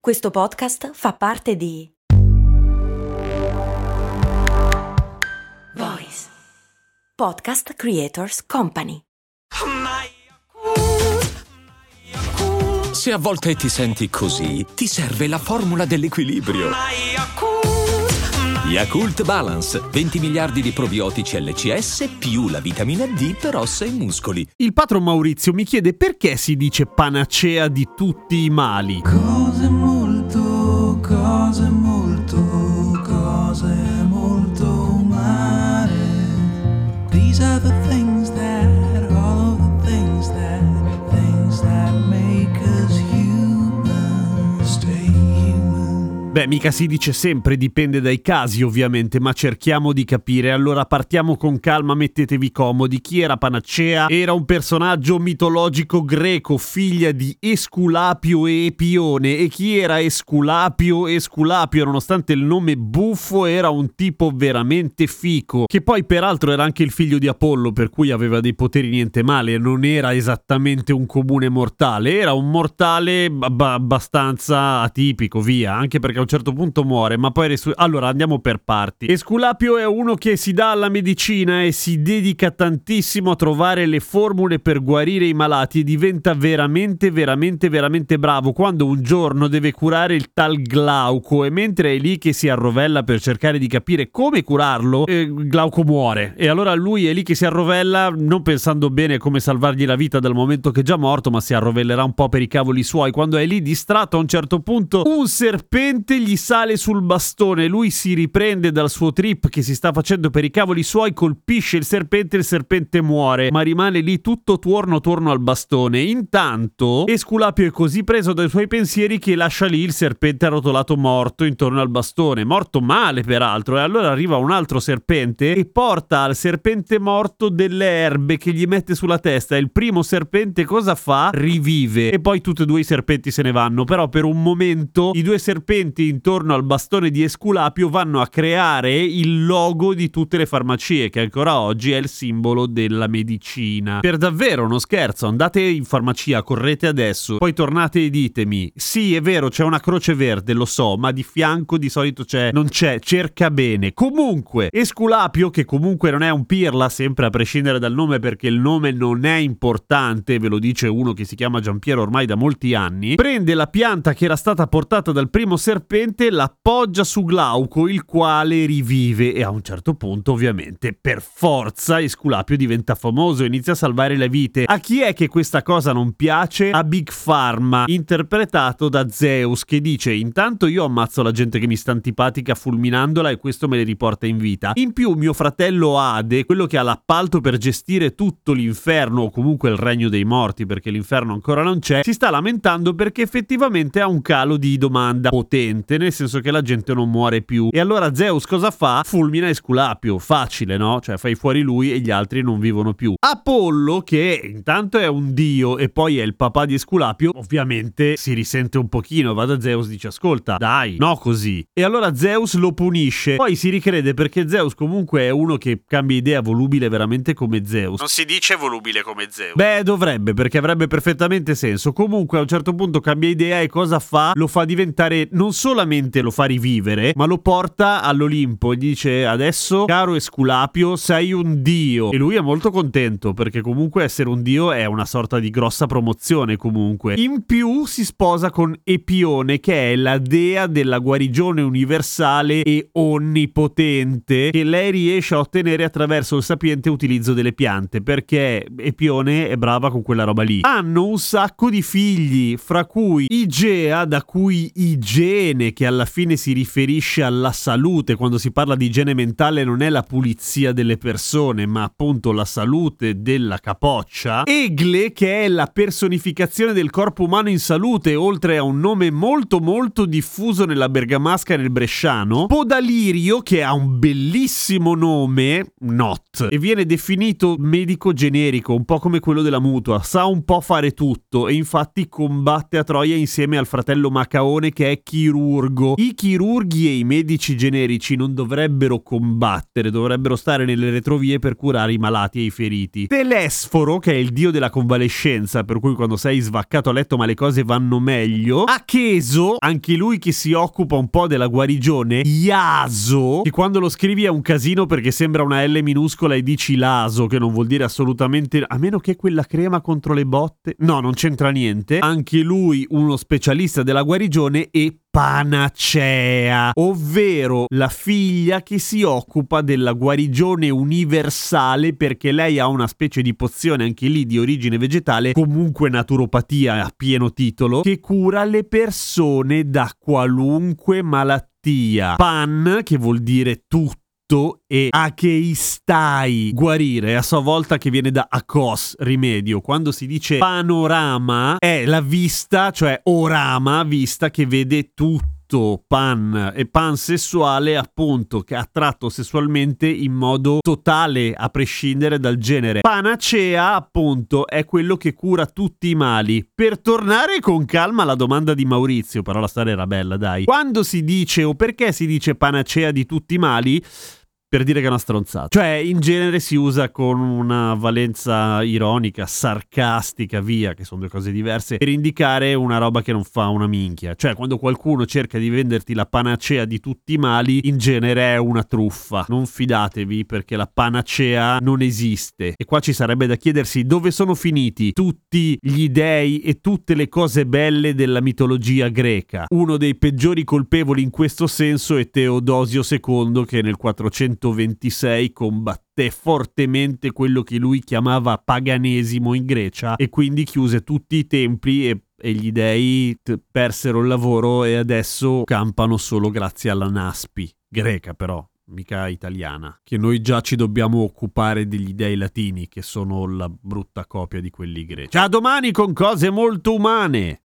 Questo podcast fa parte di Voice Podcast Creators Company. Se a volte ti senti così, ti serve la formula dell'equilibrio. Yakult Balance, 20 miliardi di probiotici LCS più la vitamina D per ossa e muscoli. Il patron Maurizio mi chiede perché si dice panacea di tutti i mali. Cose molto umane. These are the things that, all of the things that make us human. Stay human. Beh, mica si dice sempre, dipende dai casi ovviamente, ma cerchiamo di capire. Allora partiamo con calma, mettetevi comodi. Chi era Panacea? Era un personaggio mitologico greco, figlia di Esculapio e Epione. E chi era Esculapio? Esculapio, nonostante il nome buffo, era un tipo veramente fico, che poi peraltro era anche il figlio di Apollo, per cui aveva dei poteri niente male. Non era esattamente un comune mortale, era un mortale abbastanza atipico, via, anche perché a un certo punto muore, ma poi allora andiamo per parti. Esculapio è uno che si dà alla medicina e si dedica tantissimo a trovare le formule per guarire i malati, e diventa veramente bravo quando un giorno deve curare il tal Glauco, e mentre è lì che si arrovella per cercare di capire come curarlo, Glauco muore. E allora lui è lì che si arrovella, non pensando bene come salvargli la vita dal momento che è già morto, ma si arrovellerà un po' per i cavoli suoi. Quando è lì distratto, a un certo punto un serpente gli sale sul bastone, lui si riprende dal suo trip che si sta facendo per i cavoli suoi, colpisce il serpente muore, ma rimane lì tutto torno al bastone. Intanto Esculapio è così preso dai suoi pensieri che lascia lì il serpente arrotolato morto intorno al bastone, morto male peraltro, e allora arriva un altro serpente e porta al serpente morto delle erbe che gli mette sulla testa, e il primo serpente cosa fa? Rivive. E poi tutti e due i serpenti se ne vanno, però per un momento i due serpenti intorno al bastone di Esculapio vanno a creare il logo di tutte le farmacie, che ancora oggi è il simbolo della medicina. Per davvero, non scherzo, andate in farmacia, correte adesso, poi tornate e ditemi: sì, è vero, c'è una croce verde, lo so, ma di fianco di solito non c'è, cerca bene. Comunque, Esculapio, che comunque non è un pirla, sempre a prescindere dal nome, perché il nome non è importante, ve lo dice uno che si chiama Giampiero ormai da molti anni, prende la pianta che era stata portata dal primo serpente, l'appoggia su Glauco, il quale rivive, e a un certo punto ovviamente per forza Esculapio diventa famoso e inizia a salvare le vite. A chi è che questa cosa non piace? A Big Pharma, interpretato da Zeus, che dice: intanto io ammazzo la gente che mi sta antipatica fulminandola e questo me le riporta in vita, in più mio fratello Ade, quello che ha l'appalto per gestire tutto l'inferno, o comunque il regno dei morti, perché l'inferno ancora non c'è, si sta lamentando perché effettivamente ha un calo di domanda potente, nel senso che la gente non muore più. E allora Zeus cosa fa? Fulmina Esculapio. Facile, no? Cioè fai fuori lui e gli altri non vivono più. Apollo, che intanto è un dio e poi è il papà di Esculapio, ovviamente si risente un pochino, va da Zeus, dice: ascolta, dai, no così. E allora Zeus lo punisce, poi si ricrede perché Zeus comunque è uno che cambia idea, volubile veramente come Zeus. Non si dice volubile come Zeus. Beh, dovrebbe, perché avrebbe perfettamente senso. Comunque a un certo punto cambia idea e cosa fa? Lo fa diventare, non solamente lo fa rivivere, ma lo porta all'Olimpo e gli dice: adesso, caro Esculapio, sei un dio. E lui è molto contento, perché comunque essere un dio è una sorta di grossa promozione comunque. In più si sposa con Epione, che è la dea della guarigione universale e onnipotente, che lei riesce a ottenere attraverso il sapiente utilizzo delle piante, perché Epione è brava con quella roba lì. Hanno un sacco di figli, fra cui Igea, da cui igiene, che alla fine si riferisce alla salute. Quando si parla di igiene mentale non è la pulizia delle persone, ma appunto la salute della capoccia. Egle, che è la personificazione del corpo umano in salute, oltre a un nome molto diffuso nella bergamasca e nel bresciano. Podalirio, che ha un bellissimo nome, Not, e viene definito medico generico, un po' come quello della mutua, sa un po' fare tutto, e infatti combatte a Troia insieme al fratello Macaone, che è chirurgo chirurgo. I chirurghi e i medici generici non dovrebbero combattere, dovrebbero stare nelle retrovie per curare i malati e i feriti. Telesforo, che è il dio della convalescenza, per cui quando sei svaccato a letto ma le cose vanno meglio. Acheso, anche lui che si occupa un po' della guarigione. Iaso, che quando lo scrivi è un casino perché sembra una L minuscola e dici laso, che non vuol dire assolutamente, a meno che quella crema contro le botte. No, non c'entra niente. Anche lui uno specialista della guarigione. E Panacea, ovvero la figlia che si occupa della guarigione universale, perché lei ha una specie di pozione anche lì di origine vegetale, comunque naturopatia a pieno titolo, che cura le persone da qualunque malattia. Pan, che vuol dire tutto, e acheistai, guarire, a sua volta, che viene da akos, rimedio. Quando si dice panorama è la vista, cioè orama, vista che vede tutto. Pan e pansessuale, appunto, che è attratto sessualmente in modo totale a prescindere dal genere. Panacea, appunto, è quello che cura tutti i mali. Per tornare con calma alla domanda di Maurizio, però la storia era bella, dai. Quando si dice o perché si dice panacea di tutti i mali? Per dire che è una stronzata. Cioè, in genere si usa con una valenza ironica, sarcastica, via, che sono due cose diverse, per indicare una roba che non fa una minchia. Cioè, quando qualcuno cerca di venderti la panacea di tutti i mali, in genere è una truffa. Non fidatevi, perché la panacea non esiste. E qua ci sarebbe da chiedersi dove sono finiti tutti gli dei e tutte le cose belle della mitologia greca. Uno dei peggiori colpevoli in questo senso è Teodosio II, che nel 426 combatté fortemente quello che lui chiamava paganesimo in Grecia e quindi chiuse tutti i templi e gli dei persero il lavoro e adesso campano solo grazie alla Naspi, greca però, mica italiana, che noi già ci dobbiamo occupare degli dei latini che sono la brutta copia di quelli greci. A domani con cose molto umane!